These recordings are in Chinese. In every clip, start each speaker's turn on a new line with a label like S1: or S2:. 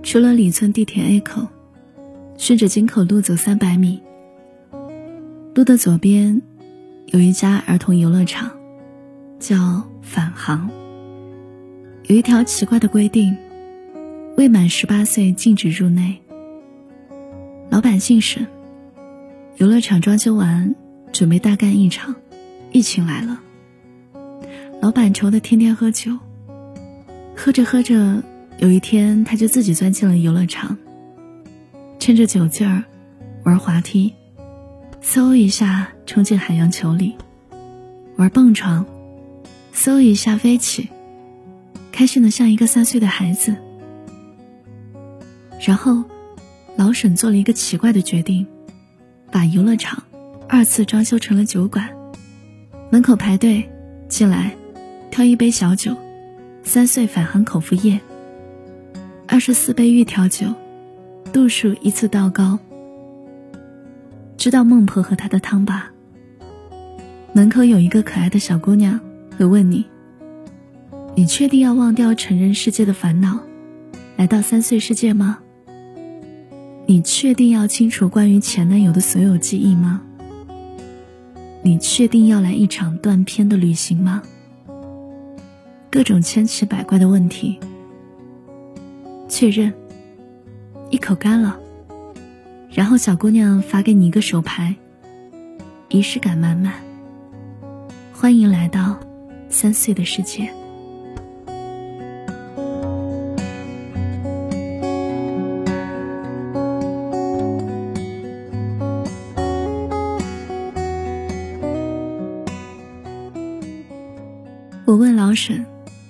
S1: 出了里村地铁 A 口，顺着京口路走300米，路的左边有一家儿童游乐场，叫返航。有一条奇怪的规定，未满18岁禁止入内。老板姓沈，游乐场装修完准备大干一场，疫情来了，老板愁得天天喝酒，喝着喝着，有一天他就自己钻进了游乐场，趁着酒劲儿玩滑梯，嗖一下冲进海洋球里，玩蹦床，嗖一下飞起，开心得像一个3岁的孩子。然后老沈做了一个奇怪的决定，把游乐场2次装修成了酒馆，门口排队进来挑一杯小酒，3岁返航口服液，24杯玉调酒，度数依次倒高。知道孟婆和她的汤吧？门口有一个可爱的小姑娘会问你，你确定要忘掉成人世界的烦恼，来到3岁世界吗？你确定要清除关于前男友的所有记忆吗？你确定要来一场断片的旅行吗？各种千奇百怪的问题。确认，一口干了，然后小姑娘发给你一个手牌，仪式感满满。欢迎来到3岁的世界。我问老沈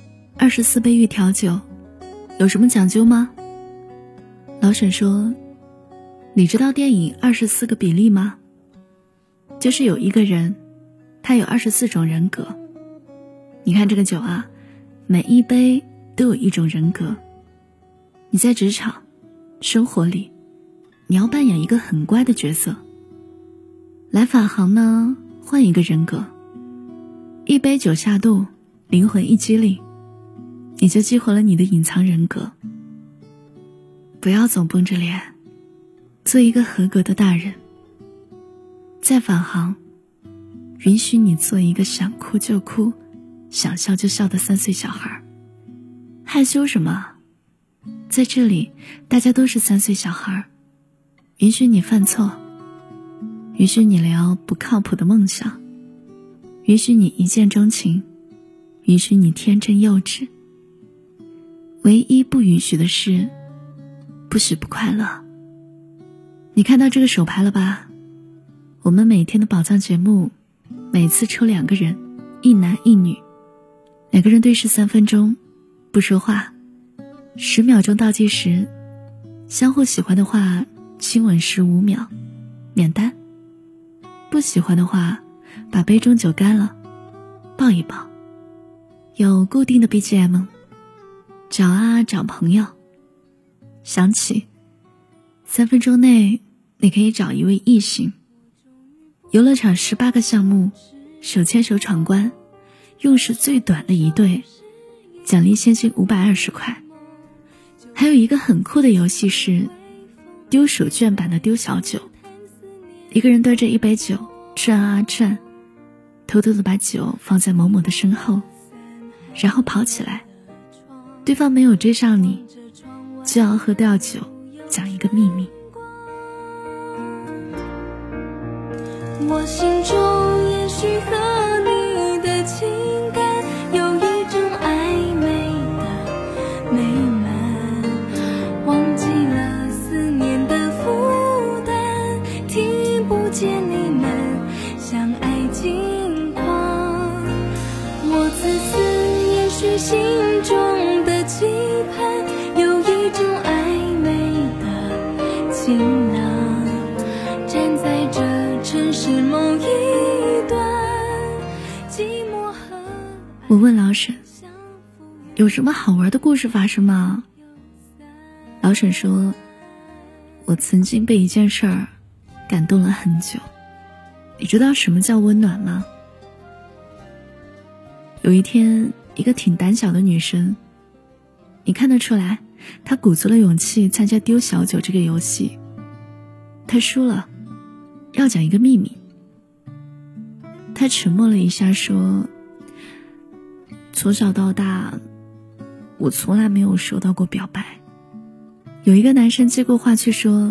S1: ，24杯玉调酒有什么讲究吗？老沈说，你知道电影24个比例吗？就是有一个人，他有24种人格。你看这个酒啊，每一杯都有一种人格。你在职场、生活里，你要扮演一个很乖的角色。来返航呢，换一个人格。一杯酒下肚，灵魂一激灵，你就激活了你的隐藏人格。不要总绷着脸，做一个合格的大人。在返航，允许你做一个想哭就哭，想笑就笑的3岁小孩。害羞什么？在这里，大家都是3岁小孩，允许你犯错，允许你聊不靠谱的梦想，允许你一见钟情，允许你天真幼稚。唯一不允许的是，不许不快乐。你看到这个手牌了吧？我们每天的宝藏节目，每次抽2个人，一男一女，2个人对视3分钟，不说话，10秒钟倒计时，相互喜欢的话亲吻15秒，免单。不喜欢的话，把杯中酒干了，抱一抱。有固定的 BGM， 找啊找朋友，想起3分钟内你可以找一位异性。游乐场18个项目，手牵手闯关，用时最短的一对，奖励现金520块。还有一个很酷的游戏是丢手绢版的丢小酒，一个人端着一杯酒转啊转，偷偷的把酒放在某某的身后，然后跑起来，对方没有追上你，就要喝掉酒，讲一个秘密。
S2: 我心中也许和你的情感有一种暧昧的美满，忘记了思念的负担，听不见你们相爱近况。我自私也许心中的期盼有一种暧昧的情囊，站在这城市某一段，寂寞和
S1: 我问老沈，有什么好玩的故事发生吗？老沈说，我曾经被一件事儿感动了很久。你知道什么叫温暖吗？有一天，一个挺胆小的女生，你看得出来他鼓足了勇气参加丢小九这个游戏。他输了，要讲一个秘密。他沉默了一下说，从小到大我从来没有收到过表白。有一个男生接过话去说，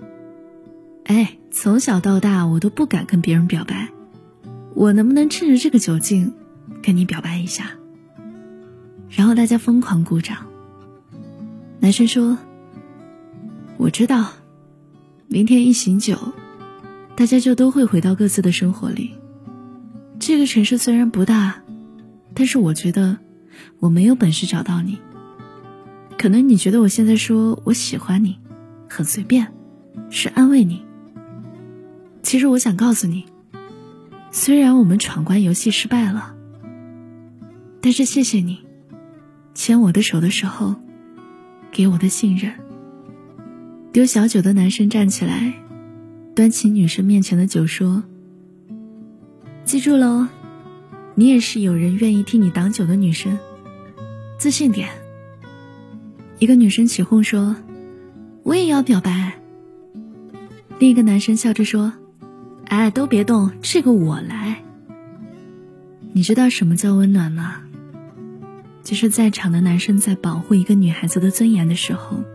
S1: 从小到大我都不敢跟别人表白，我能不能趁着这个酒劲跟你表白一下？然后大家疯狂鼓掌。男生说，我知道明天一醒酒，大家就都会回到各自的生活里。这个城市虽然不大，但是我觉得我没有本事找到你。可能你觉得我现在说我喜欢你很随便，是安慰你。其实我想告诉你，虽然我们闯关游戏失败了，但是谢谢你牵我的手的时候给我的信任。丢小酒的男生站起来，端起女生面前的酒说，记住了，你也是有人愿意替你挡酒的女生，自信点。一个女生起哄说，我也要表白。另一个男生笑着说，都别动，这个我来。你知道什么叫温暖吗？就是在场的男生在保护一个女孩子的尊严的时候，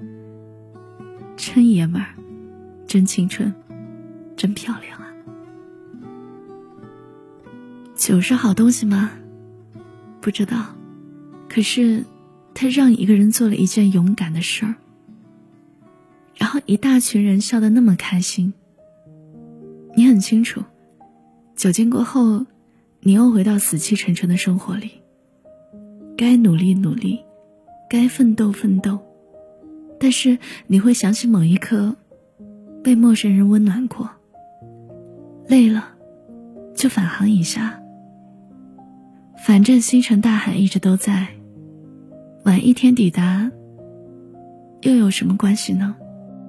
S1: 真爷们儿，真青春，真漂亮啊。酒是好东西吗？不知道，可是它让一个人做了一件勇敢的事儿，然后一大群人笑得那么开心。你很清楚，酒精过后你又回到死气沉沉的生活里，该努力努力，该奋斗奋斗，但是你会想起某一刻被陌生人温暖过，累了就返航一下，反正星辰大海一直都在，晚一天抵达又有什么关系呢？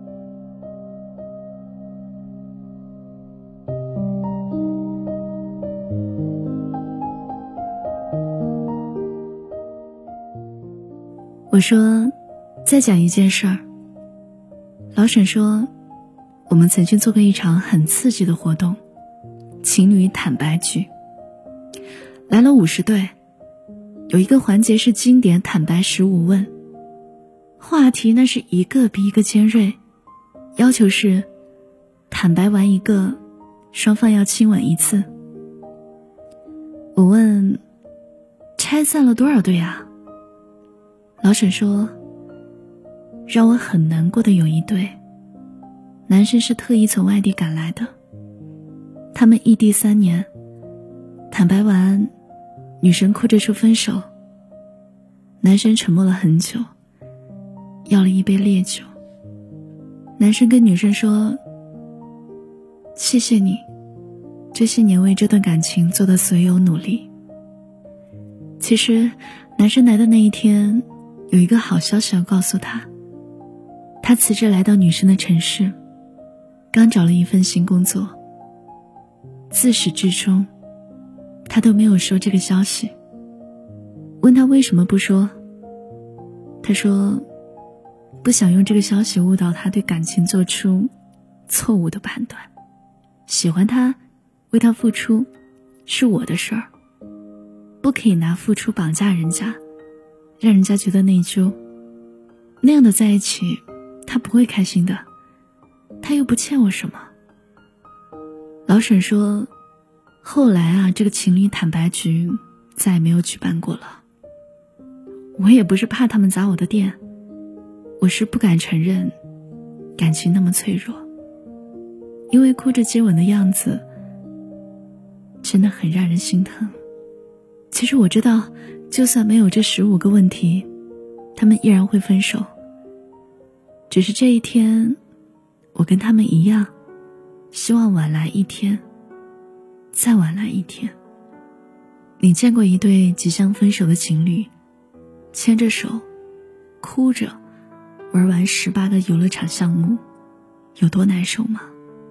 S1: 我说，再讲一件事儿。老沈说，我们曾经做过一场很刺激的活动，情侣坦白局。来了50对，有一个环节是经典坦白15问，话题那是一个比一个尖锐，要求是坦白完一个，双方要亲吻1次。我问，拆散了多少对啊？老沈说，让我很难过的有一对，男生是特意从外地赶来的，他们异地3年，坦白完，女生哭着说分手，男生沉默了很久，要了一杯烈酒。男生跟女生说，谢谢你这些年为这段感情做的所有努力。其实男生来的那一天有一个好消息要告诉他，他辞职来到女生的城市，刚找了一份新工作。自始至终他都没有说这个消息，问他为什么不说，他说不想用这个消息误导他对感情做出错误的判断，喜欢他为他付出是我的事儿，不可以拿付出绑架人家，让人家觉得内疚，那样的在一起他不会开心的，他又不欠我什么。老沈说，后来这个情侣坦白局再也没有举办过了。我也不是怕他们砸我的店，我是不敢承认感情那么脆弱，因为哭着接吻的样子真的很让人心疼。其实我知道，就算没有这15个问题，他们依然会分手，只是这一天我跟他们一样，希望晚来一天，再晚来一天。你见过一对即将分手的情侣牵着手哭着玩完18个游乐场项目有多难受吗？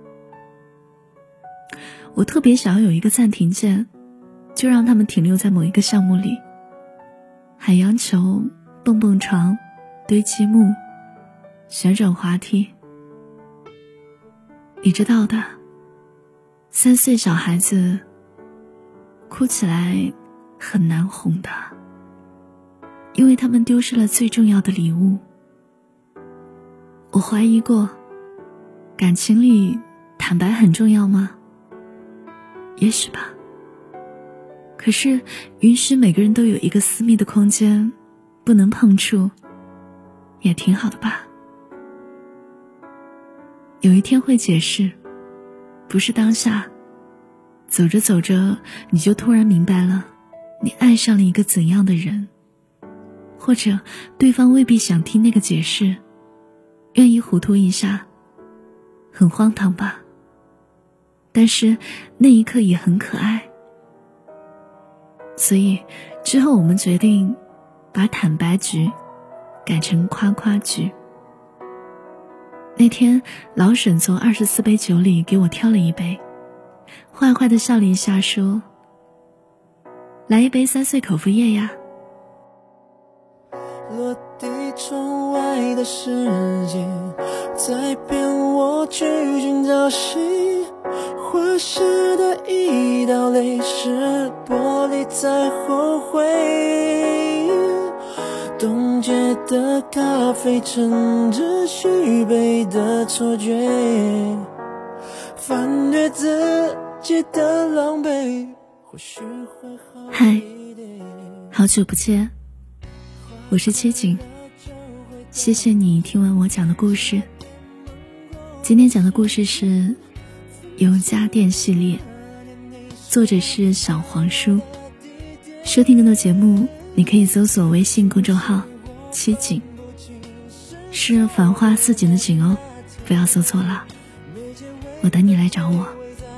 S1: 我特别想要有一个暂停键，就让他们停留在某一个项目里，海洋球、蹦蹦床、 堆积木、旋转滑梯。你知道的，3岁小孩子哭起来很难哄的，因为他们丢失了最重要的礼物。我怀疑过，感情里坦白很重要吗？也许吧。可是允许每个人都有一个私密的空间，不能碰触，也挺好的吧。有一天会解释，不是当下，走着走着你就突然明白了，你爱上了一个怎样的人，或者对方未必想听那个解释，愿意糊涂一下，很荒唐吧，但是那一刻也很可爱。所以之后我们决定把坦白局改成夸夸局。那天老沈从24杯酒里给我挑了一杯，坏坏地笑了一下说，来一杯3岁口服液呀。
S3: 落地窗外的世界在变，我去寻找谁，花时的一道泪是玻璃在后悔，冻结的咖啡盛着虚伪的错觉，翻越自己的狼狈，或许会好
S1: 嗨，
S3: 一点。
S1: 好久不见，我是切景，谢谢你听完我讲的故事。今天讲的故事是有家电系列，作者是小黄书。收听更多节目，你可以搜索微信公众号切景，是繁花似锦的锦哦，不要搜错了。我等你来找我。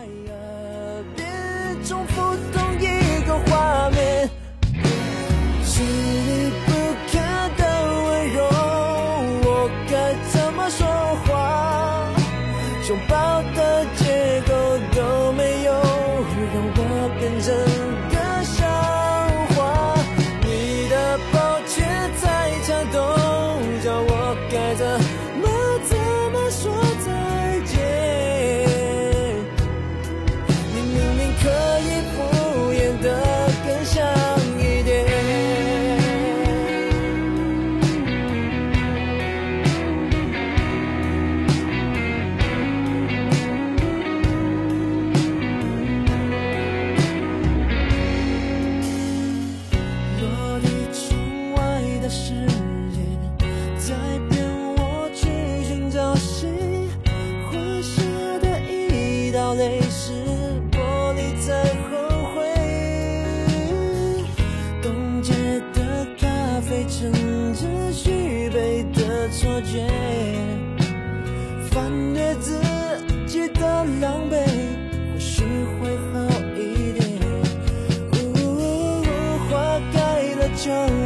S3: 重复同一个画面，是你不可的温柔，我该怎么说话？拥抱的结构都没有让我变成个笑话，你的抱歉在颤动，叫我该怎么说再见。你明明可以敷衍得更像一点。落地窗外的世界在变，我去寻找谁，花时的一道泪是玻璃在后悔，冻结的咖啡盛着虚伪的错觉，翻越自己的狼狈，或许会好一点。花开了就